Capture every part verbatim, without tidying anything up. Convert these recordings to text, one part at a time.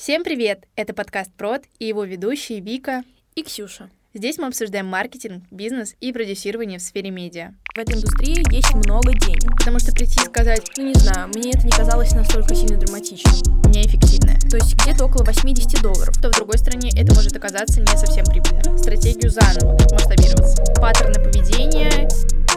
Всем привет! Это подкаст «Прод» и его ведущие Вика и Ксюша. Здесь мы обсуждаем маркетинг, бизнес и продюсирование в сфере медиа. В этой индустрии есть много денег. Потому что прийти и сказать, ну не знаю, мне это не казалось настолько сильно драматичным, неэффективно. То есть где-то около восемьдесят долларов. То в другой стране это может оказаться не совсем прибыльным. Стратегию заново масштабироваться. Паттерны поведения.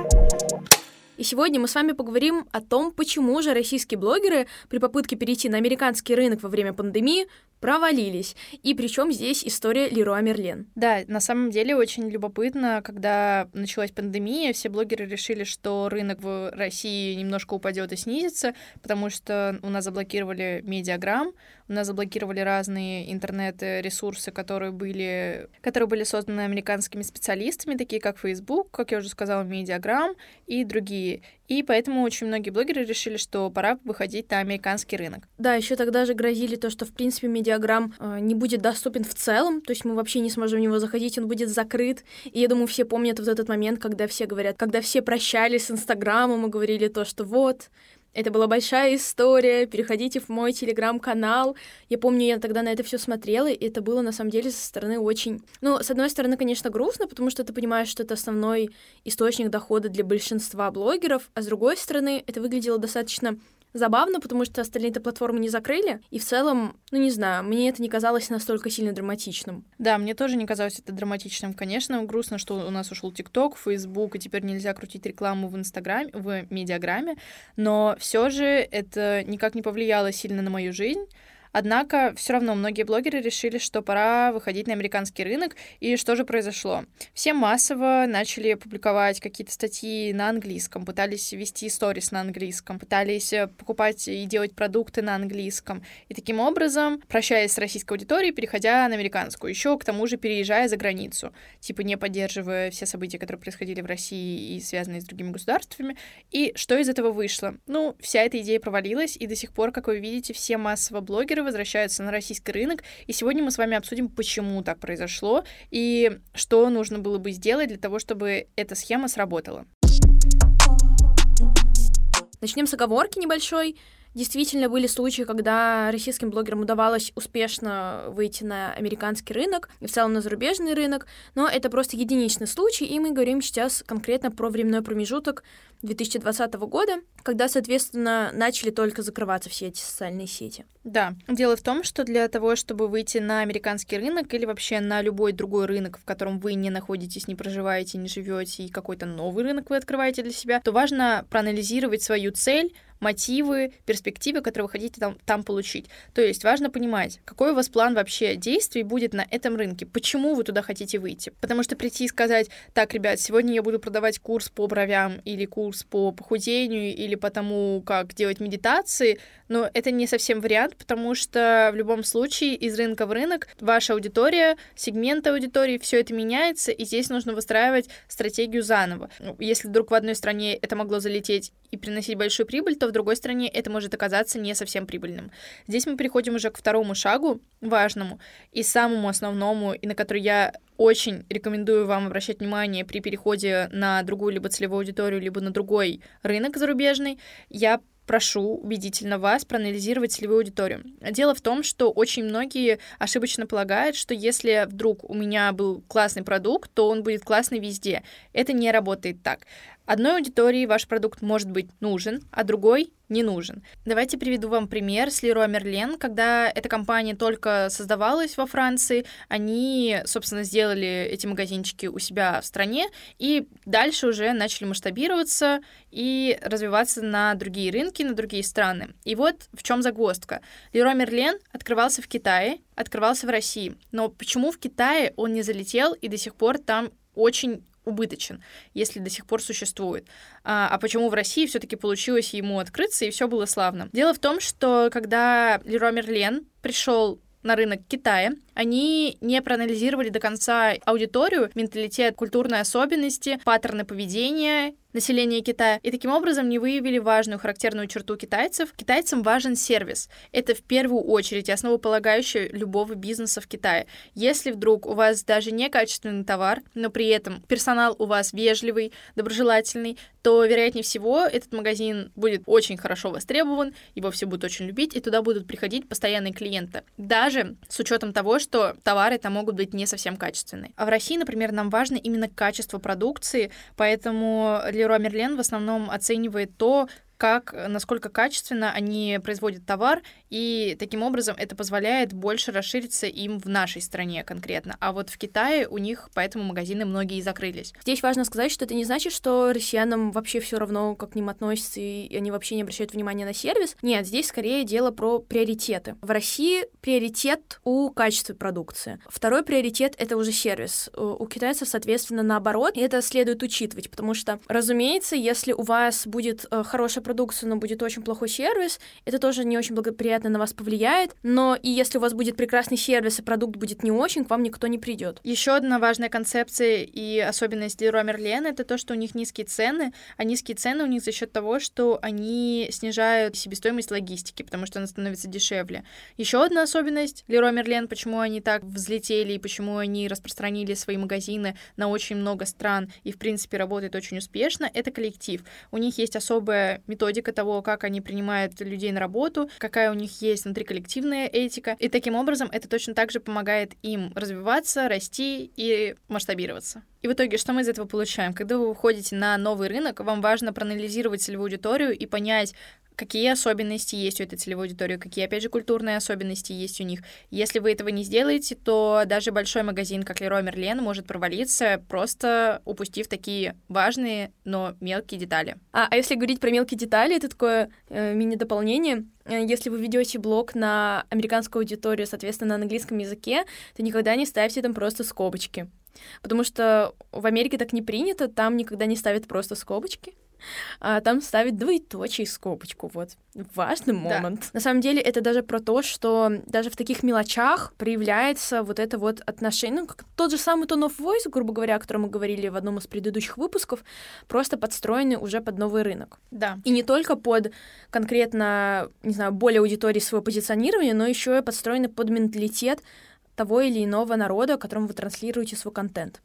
И сегодня мы с вами поговорим о том, почему же российские блогеры при попытке перейти на американский рынок во время пандемии провалились. И причем здесь история Леруа Мерлен. Да, на самом деле очень любопытно, когда началась пандемия, все блогеры решили, что рынок в России немножко упадет и снизится, потому что у нас заблокировали Медиаграм, у нас заблокировали разные интернет-ресурсы, которые были, которые были созданы американскими специалистами, такие как Facebook, как я уже сказала, Медиаграм и другие. И поэтому очень многие блогеры решили, что пора выходить на американский рынок. Да, еще тогда же грозили то, что, в принципе, Медиаграм э, не будет доступен в целом, то есть мы вообще не сможем в него заходить, он будет закрыт. И я думаю, все помнят вот этот момент, когда все говорят, когда все прощались с Инстаграмом и говорили то, что вот, это была большая история, переходите в мой телеграм-канал. Я помню, я тогда на это все смотрела, и это было, на самом деле, со стороны очень... Ну, с одной стороны, конечно, грустно, потому что ты понимаешь, что это основной источник дохода для большинства блогеров, а с другой стороны, это выглядело достаточно забавно, потому что остальные-то платформы не закрыли, и в целом, ну не знаю, мне это не казалось настолько сильно драматичным. Да, мне тоже не казалось это драматичным. Конечно, грустно, что у нас ушел ТикТок, Фейсбук, и теперь нельзя крутить рекламу в Инстаграме, в Медиаграме, но все же это никак не повлияло сильно на мою жизнь. Однако все равно многие блогеры решили, что пора выходить на американский рынок. И что же произошло? Все массово начали публиковать какие-то статьи на английском, пытались вести сторис на английском, пытались покупать и делать продукты на английском. И таким образом, прощаясь с российской аудиторией, переходя на американскую, еще к тому же переезжая за границу, типа не поддерживая все события, которые происходили в России и связанные с другими государствами. И что из этого вышло? Ну, вся эта идея провалилась, и до сих пор, как вы видите, все массово блогеры возвращаются на российский рынок, и сегодня мы с вами обсудим, почему так произошло и что нужно было бы сделать для того, чтобы эта схема сработала. Начнем с оговорки небольшой. Действительно, были случаи, когда российским блогерам удавалось успешно выйти на американский рынок и в целом на зарубежный рынок, но это просто единичный случай, и мы говорим сейчас конкретно про временной промежуток две тысячи двадцатого года, когда, соответственно, начали только закрываться все эти социальные сети. Да, дело в том, что для того, чтобы выйти на американский рынок или вообще на любой другой рынок, в котором вы не находитесь, не проживаете, не живете, и какой-то новый рынок вы открываете для себя, то важно проанализировать свою цель, мотивы, перспективы, которые вы хотите там, там получить. То есть важно понимать, какой у вас план вообще действий будет на этом рынке, почему вы туда хотите выйти. Потому что прийти и сказать, так, ребят, сегодня я буду продавать курс по бровям или курс по похудению или по тому, как делать медитации, но это не совсем вариант, потому что в любом случае из рынка в рынок ваша аудитория, сегмент аудитории, все это меняется, и здесь нужно выстраивать стратегию заново. Если вдруг в одной стране это могло залететь и приносить большую прибыль, то в другой стране это может оказаться не совсем прибыльным. Здесь мы переходим уже к второму шагу, важному и самому основному, и на который я очень рекомендую вам обращать внимание при переходе на другую либо целевую аудиторию, либо на другой рынок зарубежный. Я прошу убедительно вас проанализировать целевую аудиторию. Дело в том, что очень многие ошибочно полагают, что если вдруг у меня был классный продукт, то он будет классный везде. Это не работает так. Одной аудитории ваш продукт может быть нужен, а другой не нужен. Давайте приведу вам пример с Леруа Мерлен. Когда эта компания только создавалась во Франции, они, собственно, сделали эти магазинчики у себя в стране и дальше уже начали масштабироваться и развиваться на другие рынки, на другие страны. И вот в чем загвоздка. Леруа Мерлен открывался в Китае, открывался в России. Но почему в Китае он не залетел и до сих пор там очень убыточен, если до сих пор существует. А, а почему в России все-таки получилось ему открыться, и все было славно? Дело в том, что когда Леруа Мерлен пришел на рынок Китая, они не проанализировали до конца аудиторию, менталитет, культурные особенности, паттерны поведения населения Китая, и таким образом не выявили важную характерную черту китайцев. Китайцам важен сервис. Это в первую очередь основополагающее любого бизнеса в Китае. Если вдруг у вас даже не качественный товар, но при этом персонал у вас вежливый, доброжелательный, то, вероятнее всего, этот магазин будет очень хорошо востребован, его все будут очень любить, и туда будут приходить постоянные клиенты. Даже с учетом того, что товары там могут быть не совсем качественные. А в России, например, нам важно именно качество продукции, поэтому Leroy Merlin в основном оценивает то, как, насколько качественно они производят товар, и таким образом это позволяет больше расшириться им в нашей стране конкретно. А вот в Китае у них поэтому магазины многие и закрылись. Здесь важно сказать, что это не значит, что россиянам вообще все равно, как к ним относятся, и они вообще не обращают внимания на сервис. Нет, здесь скорее дело про приоритеты. В России приоритет у качества продукции. Второй приоритет — это уже сервис. У китайцев, соответственно, наоборот, и это следует учитывать, потому что, разумеется, если у вас будет хорошая продукцию, но будет очень плохой сервис, это тоже не очень благоприятно на вас повлияет, но и если у вас будет прекрасный сервис, и продукт будет не очень, к вам никто не придет. Еще одна важная концепция и особенность Leroy Merlin — это то, что у них низкие цены, а низкие цены у них за счет того, что они снижают себестоимость логистики, потому что она становится дешевле. Еще одна особенность Leroy Merlin, почему они так взлетели и почему они распространили свои магазины на очень много стран и, в принципе, работают очень успешно, это коллектив. У них есть особая методика того, как они принимают людей на работу, какая у них есть внутриколлективная этика. И таким образом это точно так же помогает им развиваться, расти и масштабироваться. И в итоге, что мы из этого получаем? Когда вы выходите на новый рынок, вам важно проанализировать целевую аудиторию и понять, какие особенности есть у этой целевой аудитории, какие, опять же, культурные особенности есть у них. Если вы этого не сделаете, то даже большой магазин, как Leroy Merlin, может провалиться, просто упустив такие важные, но мелкие детали. А, а если говорить про мелкие детали, это такое э, мини-дополнение. Если вы ведете блог на американскую аудиторию, соответственно, на английском языке, то никогда не ставьте там просто скобочки. Потому что в Америке так не принято, там никогда не ставят просто скобочки. А там ставить двоеточие и скобочку, вот. Важный момент. Да. На самом деле это даже про то, что даже в таких мелочах проявляется вот это вот отношение, ну, как тот же самый tone of voice, грубо говоря, о котором мы говорили в одном из предыдущих выпусков, просто подстроенный уже под новый рынок. Да. И не только под конкретно, не знаю, более аудитории своего позиционирования, но еще и подстроенный под менталитет того или иного народа, которому вы транслируете свой контент.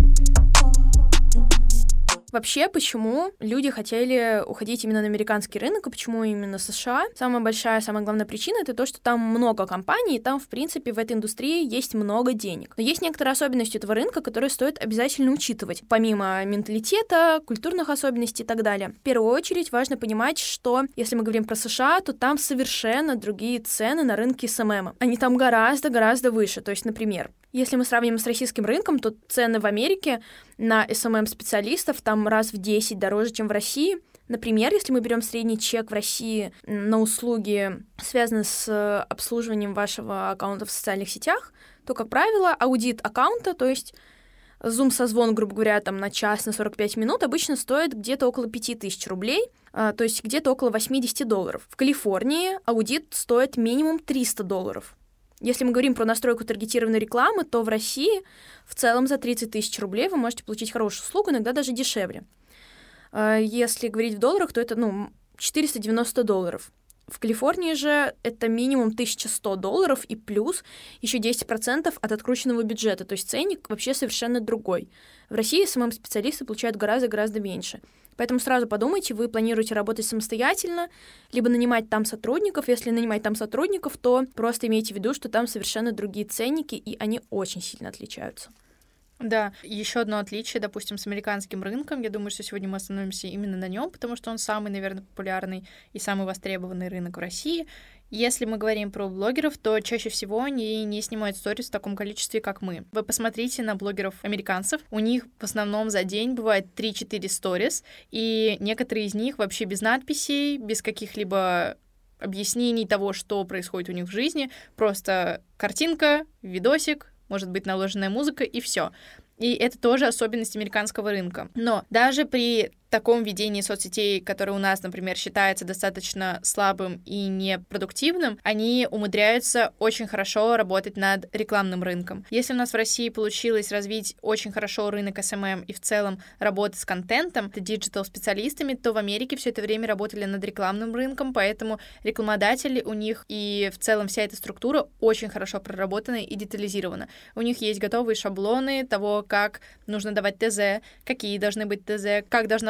Вообще, почему люди хотели уходить именно на американский рынок, и почему именно США? Самая большая, самая главная причина — это то, что там много компаний, и там, в принципе, в этой индустрии есть много денег. Но есть некоторые особенности этого рынка, которые стоит обязательно учитывать, помимо менталитета, культурных особенностей и так далее. В первую очередь важно понимать, что если мы говорим про США, то там совершенно другие цены на рынке эс эм эм. Они там гораздо-гораздо выше. То есть, например, если мы сравним с российским рынком, то цены в Америке на эс эм эм-специалистов там раз в десять дороже, чем в России. Например, если мы берем средний чек в России на услуги, связанные с обслуживанием вашего аккаунта в социальных сетях, то, как правило, аудит аккаунта, то есть зум-созвон, грубо говоря, там на час, на сорок пять минут, обычно стоит где-то около пять тысяч рублей, то есть где-то около восемьдесят долларов. В Калифорнии аудит стоит минимум триста долларов. Если мы говорим про настройку таргетированной рекламы, то в России в целом за тридцать тысяч рублей вы можете получить хорошую услугу, иногда даже дешевле. Если говорить в долларах, то это, ну, четыреста девяносто долларов. В Калифорнии же это минимум тысяча сто долларов и плюс еще десять процентов от открученного бюджета, то есть ценник вообще совершенно другой. В России эс эм эм-специалисты получают гораздо-гораздо меньше. Поэтому сразу подумайте, вы планируете работать самостоятельно, либо нанимать там сотрудников. Если нанимать там сотрудников, то просто имейте в виду, что там совершенно другие ценники, и они очень сильно отличаются. Да, еще одно отличие, допустим, с американским рынком. Я думаю, что сегодня мы остановимся именно на нем, потому что он самый, наверное, популярный и самый востребованный рынок в России. Если мы говорим про блогеров, то чаще всего они не снимают сторис в таком количестве, как мы. Вы посмотрите на блогеров-американцев. У них в основном за день бывает три-четыре сторис, и некоторые из них вообще без надписей, без каких-либо объяснений того, что происходит у них в жизни. Просто картинка, видосик, может быть наложенная музыка, и все. И это тоже особенность американского рынка. Но даже при таком ведении соцсетей, которое у нас, например, считается достаточно слабым и непродуктивным, они умудряются очень хорошо работать над рекламным рынком. Если у нас в России получилось развить очень хорошо рынок эс эм эм и в целом работать с контентом, диджитал-специалистами, то в Америке все это время работали над рекламным рынком, поэтому рекламодатели у них и в целом вся эта структура очень хорошо проработана и детализирована. У них есть готовые шаблоны того, как нужно давать ТЗ, какие должны быть ТЗ, как должна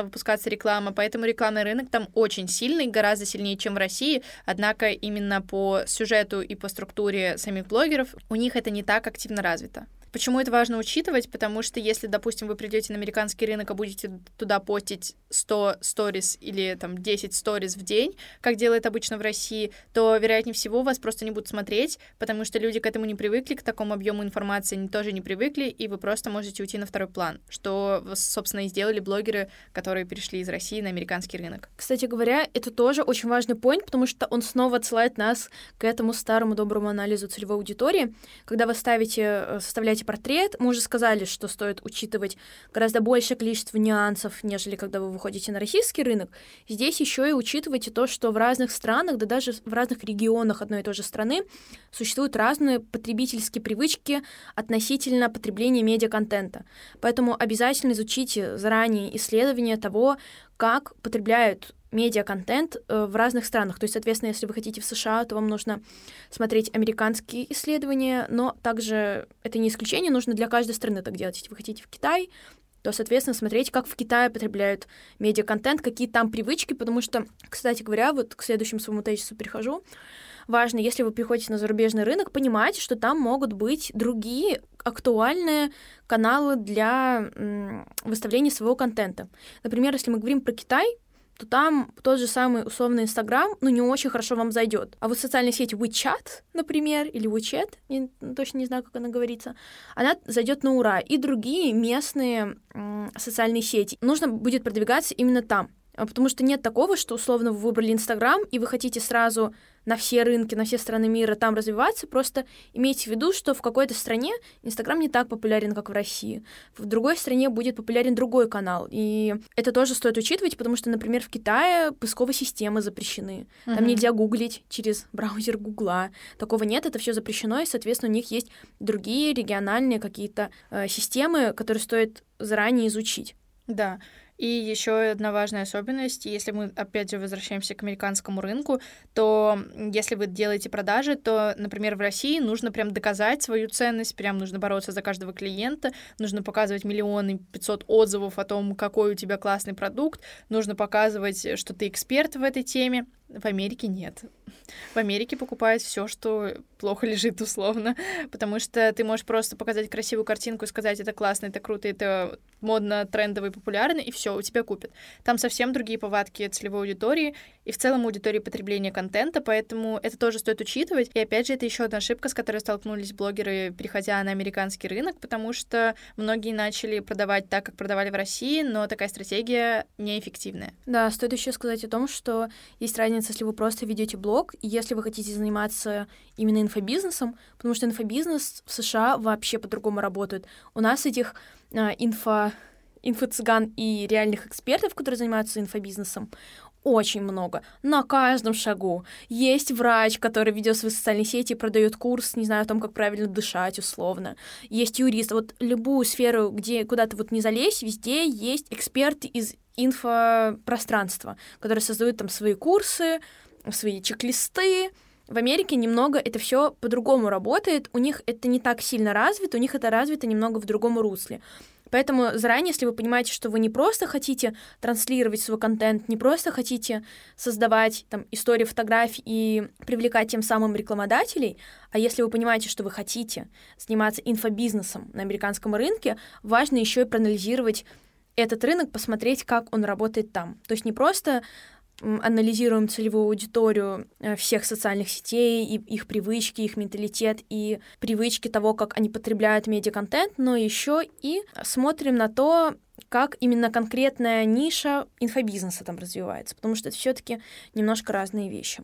выпускаться реклама, поэтому рекламный рынок там очень сильный, гораздо сильнее, чем в России, однако именно по сюжету и по структуре самих блогеров у них это не так активно развито. Почему это важно учитывать? Потому что если, допустим, вы придете на американский рынок и будете туда постить сто сториз или там десять сториз в день, как делает обычно в России, то, вероятнее всего, вас просто не будут смотреть, потому что люди к этому не привыкли, к такому объему информации они тоже не привыкли, и вы просто можете уйти на второй план, что, собственно, и сделали блогеры, которые перешли из России на американский рынок. Кстати говоря, это тоже очень важный поинт, потому что он снова отсылает нас к этому старому доброму анализу целевой аудитории. Когда вы ставите, составляете портрет, мы уже сказали, что стоит учитывать гораздо большее количество нюансов, нежели когда вы выходите на российский рынок. Здесь еще и учитывайте то, что в разных странах, да даже в разных регионах одной и той же страны существуют разные потребительские привычки относительно потребления медиаконтента. Поэтому обязательно изучите заранее исследования того, как потребляют медиаконтент в разных странах. То есть, соответственно, если вы хотите в США, то вам нужно смотреть американские исследования, но также это не исключение, нужно для каждой страны так делать. Если вы хотите в Китай, то, соответственно, смотреть, как в Китае потребляют медиаконтент, какие там привычки, потому что, кстати говоря, вот к следующему своему тезису перехожу, важно, если вы приходите на зарубежный рынок, понимать, что там могут быть другие актуальные каналы для м, выставления своего контента. Например, если мы говорим про Китай, то там тот же самый условный Инстаграм, ну, не очень хорошо вам зайдет. А вот социальная сеть WeChat, например, или WeChat, я точно не знаю, как она говорится, она зайдет на ура. И другие местные м, социальные сети. Нужно будет продвигаться именно там. Потому что нет такого, что условно вы выбрали Инстаграм, и вы хотите сразу на все рынки, на все страны мира там развиваться, просто имейте в виду, что в какой-то стране Инстаграм не так популярен, как в России. В другой стране будет популярен другой канал. И это тоже стоит учитывать, потому что, например, в Китае поисковые системы запрещены. Там uh-huh. нельзя гуглить через браузер Гугла. Такого нет, это все запрещено, и, соответственно, у них есть другие региональные какие-то э, системы, которые стоит заранее изучить. Да. И еще одна важная особенность, если мы, опять же, возвращаемся к американскому рынку, то если вы делаете продажи, то, например, в России нужно прям доказать свою ценность, прям нужно бороться за каждого клиента, нужно показывать миллионы пятьсот отзывов о том, какой у тебя классный продукт, нужно показывать, что ты эксперт в этой теме. В Америке нет. В Америке покупают все, что плохо лежит условно, потому что ты можешь просто показать красивую картинку и сказать, это классно, это круто, это модно, трендово и популярно, и все, у тебя купят. Там совсем другие повадки целевой аудитории и в целом аудитории потребления контента, поэтому это тоже стоит учитывать. И опять же, это еще одна ошибка, с которой столкнулись блогеры, переходя на американский рынок, потому что многие начали продавать так, как продавали в России, но такая стратегия неэффективная. Да, стоит еще сказать о том, что есть разница, если вы просто ведете блог, и если вы хотите заниматься именно инфобизнесом, потому что инфобизнес в США вообще по-другому работает. У нас этих а, инфо, инфо-цыган и реальных экспертов, которые занимаются инфобизнесом, очень много. На каждом шагу. Есть врач, который ведет свои социальные сети и продает курс, не знаю, о том, как правильно дышать, условно. Есть юрист. Вот любую сферу, где куда ты вот не залезь, везде есть эксперты из инфопространства, которые создают там свои курсы, свои чек-листы. В Америке немного это все по-другому работает. У них это не так сильно развито, у них это развито немного в другом русле. Поэтому заранее, если вы понимаете, что вы не просто хотите транслировать свой контент, не просто хотите создавать там истории, фотографий и привлекать тем самым рекламодателей, а если вы понимаете, что вы хотите заниматься инфобизнесом на американском рынке, важно еще и проанализировать этот рынок, посмотреть, как он работает там. То есть не просто анализируем целевую аудиторию всех социальных сетей, и их привычки, их менталитет и привычки того, как они потребляют медиаконтент, но еще и смотрим на то, как именно конкретная ниша инфобизнеса там развивается, потому что это все-таки немножко разные вещи.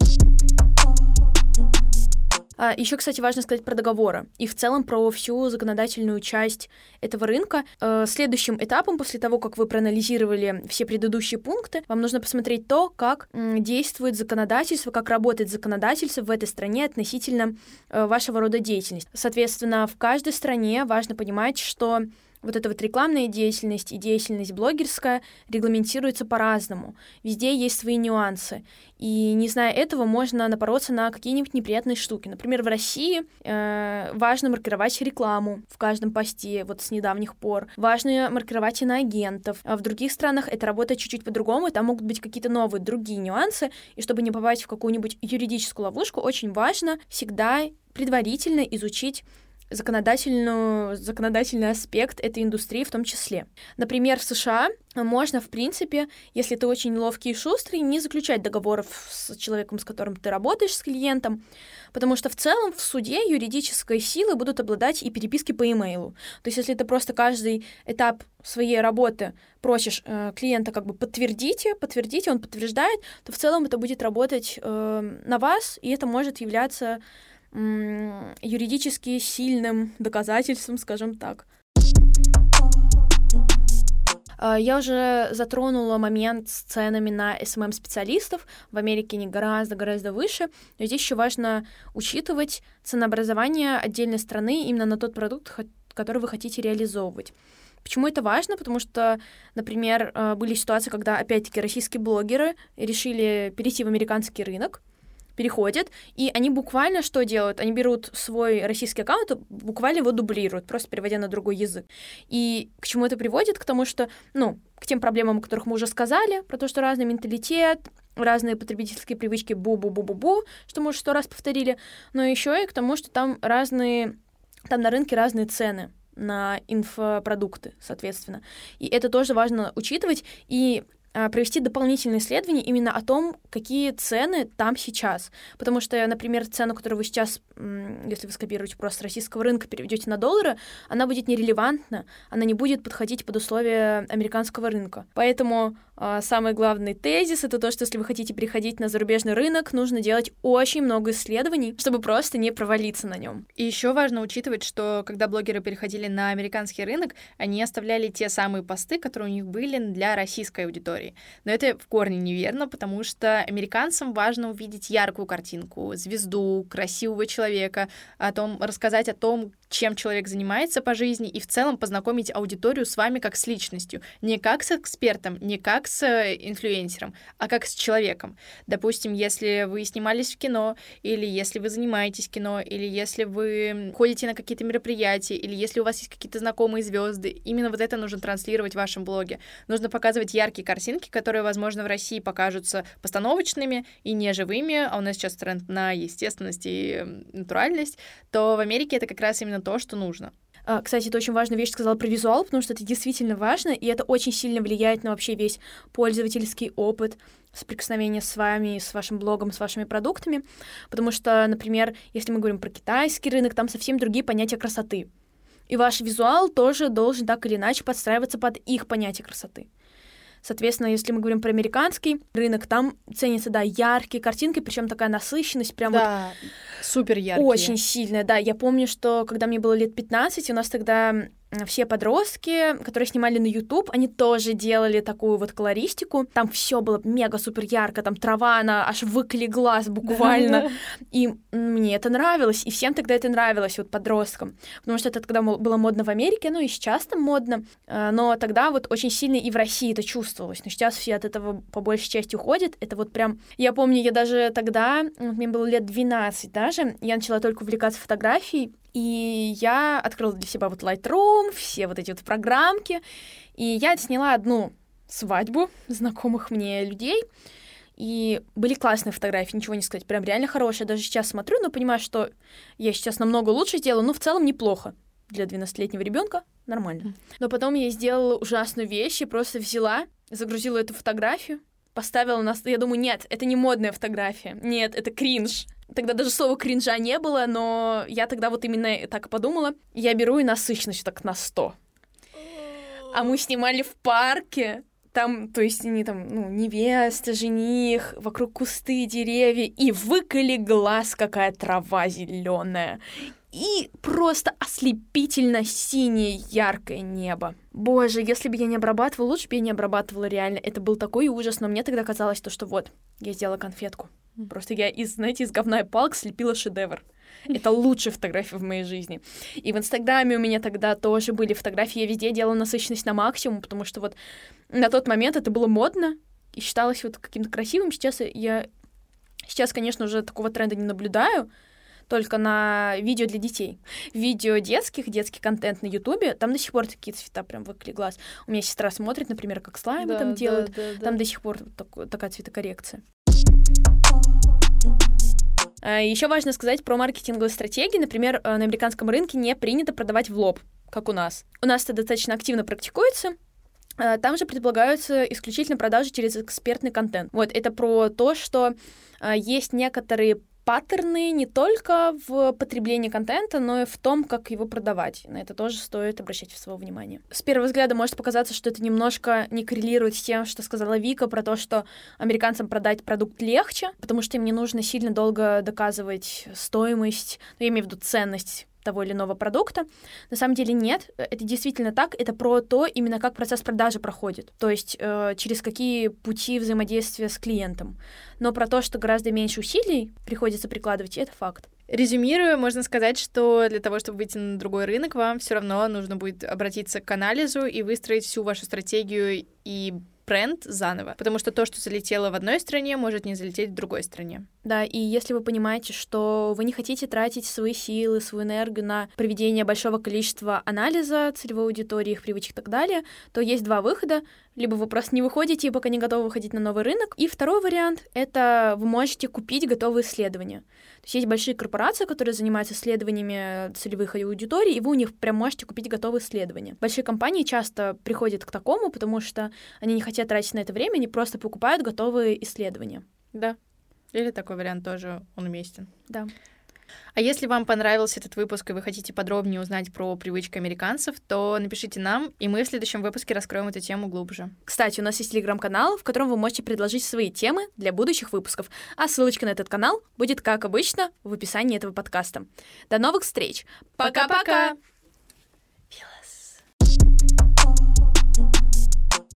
А, еще, кстати, важно сказать про договоры и в целом про всю законодательную часть этого рынка. Э, следующим этапом, после того, как вы проанализировали все предыдущие пункты, вам нужно посмотреть то, как м, действует законодательство, как работает законодательство в этой стране относительно э, вашего рода деятельности. Соответственно, в каждой стране важно понимать, что вот эта вот рекламная деятельность и деятельность блогерская регламентируется по-разному. Везде есть свои нюансы. И не зная этого, можно напороться на какие-нибудь неприятные штуки. Например, в России э, важно маркировать рекламу в каждом посте, вот с недавних пор. Важно маркировать иноагентов. А в других странах это работает чуть-чуть по-другому, и там могут быть какие-то новые, другие нюансы. И чтобы не попасть в какую-нибудь юридическую ловушку, очень важно всегда предварительно изучить законодательную, законодательный аспект этой индустрии в том числе. Например, в США можно, в принципе, если ты очень ловкий и шустрый, не заключать договоров с человеком, с которым ты работаешь, с клиентом, потому что в целом в суде юридической силы будут обладать и переписки по имейлу. То есть если ты просто каждый этап своей работы просишь э, клиента как бы подтвердите, подтвердите, он подтверждает, то в целом это будет работать э, на вас, и это может являться юридически сильным доказательством, скажем так. Я уже затронула момент с ценами на эс эм эм-специалистов. В Америке они гораздо-гораздо выше. Но здесь еще важно учитывать ценообразование отдельной страны именно на тот продукт, который вы хотите реализовывать. Почему это важно? Потому что, например, были ситуации, когда, опять-таки, российские блогеры решили перейти в американский рынок, переходят, и они буквально что делают? Они берут свой российский аккаунт, буквально его дублируют, просто переводя на другой язык. И к чему это приводит? К тому, что, ну, к тем проблемам, о которых мы уже сказали, про то, что разный менталитет, разные потребительские привычки, бу-бу-бу-бу-бу, что мы уже сто раз повторили, но еще и к тому, что там разные, там на рынке разные цены на инфопродукты, соответственно. И это тоже важно учитывать, и провести дополнительные исследования именно о том, какие цены там сейчас. Потому что, например, цену, которую вы сейчас, если вы скопируете просто с российского рынка, переведете на доллары, она будет нерелевантна, она не будет подходить под условия американского рынка. Поэтому э, самый главный тезис — это то, что если вы хотите переходить на зарубежный рынок, нужно делать очень много исследований, чтобы просто не провалиться на нем. И еще важно учитывать, что когда блогеры переходили на американский рынок, они оставляли те самые посты, которые у них были для российской аудитории. Но это в корне неверно, потому что американцам важно увидеть яркую картинку, звезду, красивого человека, о том, рассказать о том, чем человек занимается по жизни, и в целом познакомить аудиторию с вами как с личностью. Не как с экспертом, не как с инфлюенсером, а как с человеком. Допустим, если вы снимались в кино, или если вы занимаетесь кино, или если вы ходите на какие-то мероприятия, или если у вас есть какие-то знакомые звезды, именно вот это нужно транслировать в вашем блоге. Нужно показывать яркие картинки, которые, возможно, в России покажутся постановочными и неживыми, а у нас сейчас тренд на естественность и натуральность, то в Америке это как раз именно то, что нужно. Кстати, это очень важная вещь, сказала про визуал, потому что это действительно важно, и это очень сильно влияет на вообще весь пользовательский опыт соприкосновения с вами, с вашим блогом, с вашими продуктами, потому что, например, если мы говорим про китайский рынок, там совсем другие понятия красоты. И ваш визуал тоже должен так или иначе подстраиваться под их понятие красоты. Соответственно, если мы говорим про американский рынок, там ценятся, да, яркие картинки, причем такая насыщенность, прям да, вот супер яркие. Очень сильная, да. Я помню, что когда мне было лет пятнадцать, у нас тогда все подростки, которые снимали на YouTube, они тоже делали такую вот колористику. Там все было мега-супер ярко, там трава, она аж выколи глаз буквально. И мне это нравилось, и всем тогда это нравилось, вот подросткам. Потому что это тогда было модно в Америке, ну и сейчас там модно. Но тогда вот очень сильно и в России это чувствовалось. Но сейчас все от этого по большей части уходят. Это вот прям... Я помню, я даже тогда, мне было лет двенадцать даже, я начала только увлекаться фотографией, и я открыла для себя вот Lightroom, все вот эти вот программки, и я сняла одну свадьбу знакомых мне людей, и были классные фотографии, ничего не сказать, прям реально хорошие. Даже сейчас смотрю, но понимаю, что я сейчас намного лучше сделаю, но в целом неплохо. Для двенадцатилетнего ребенка нормально. Но потом я сделала ужасную вещь, и просто взяла, загрузила эту фотографию, поставила на... Я думаю, нет, это не модная фотография, нет, это кринж. Тогда даже слова кринжа не было, но я тогда вот именно так и подумала. Я беру и насыщенность так на сто. А мы снимали в парке. Там, то есть, они там, ну, невеста, жених, вокруг кусты, деревья. И выколи глаз, какая трава зеленая. И просто ослепительно синее яркое небо. Боже, если бы я не обрабатывала, лучше бы я не обрабатывала реально. Это был такой ужас, но мне тогда казалось, то, что вот, я сделала конфетку. Просто я, из, знаете, из говна и палок слепила шедевр. Это лучшая фотография в моей жизни. И в Инстаграме у меня тогда тоже были фотографии. Я везде делала насыщенность на максимум, потому что вот на тот момент это было модно и считалось вот каким-то красивым. Сейчас я... Сейчас, конечно, уже такого тренда не наблюдаю, только на видео для детей. Видео детских, детский контент на Ютубе, там до сих пор такие цвета прям выкли глаз. У меня сестра смотрит, например, как слаймы да, там делают, да, да, там да. до сих пор так, такая цветокоррекция. Еще важно сказать про маркетинговые стратегии. Например, на американском рынке не принято продавать в лоб, как у нас. У нас это достаточно активно практикуется. Там же предполагаются исключительно продажи через экспертный контент. Вот, это про то, что есть некоторые паттерны не только в потреблении контента, но и в том, как его продавать. На это тоже стоит обращать свое внимание. С первого взгляда может показаться, что это немножко не коррелирует с тем, что сказала Вика про то, что американцам продать продукт легче, потому что им не нужно сильно долго доказывать стоимость, ну, я имею в виду ценность того или иного продукта. На самом деле нет, это действительно так, это про то, именно как процесс продажи проходит, то есть э, через какие пути взаимодействия с клиентом. Но про то, что гораздо меньше усилий приходится прикладывать, это факт. Резюмируя, можно сказать, что для того, чтобы выйти на другой рынок, вам все равно нужно будет обратиться к анализу и выстроить всю вашу стратегию и бренд заново, потому что то, что залетело в одной стране, может не залететь в другой стране. Да, и если вы понимаете, что вы не хотите тратить свои силы, свою энергию на проведение большого количества анализа целевой аудитории, их привычек и так далее, то есть два выхода. Либо вы просто не выходите, пока не готовы выходить на новый рынок. И второй вариант — это вы можете купить готовые исследования. То есть есть большие корпорации, которые занимаются исследованиями целевых аудиторий, и вы у них прям можете купить готовые исследования. Большие компании часто приходят к такому, потому что они не хотят тратить на это время, они просто покупают готовые исследования. Да. Или такой вариант тоже, он уместен. Да. А если вам понравился этот выпуск, и вы хотите подробнее узнать про привычки американцев, то напишите нам, и мы в следующем выпуске раскроем эту тему глубже. Кстати, у нас есть телеграм-канал, в котором вы можете предложить свои темы для будущих выпусков, а ссылочка на этот канал будет, как обычно, в описании этого подкаста. До новых встреч! Пока-пока! Пока-пока!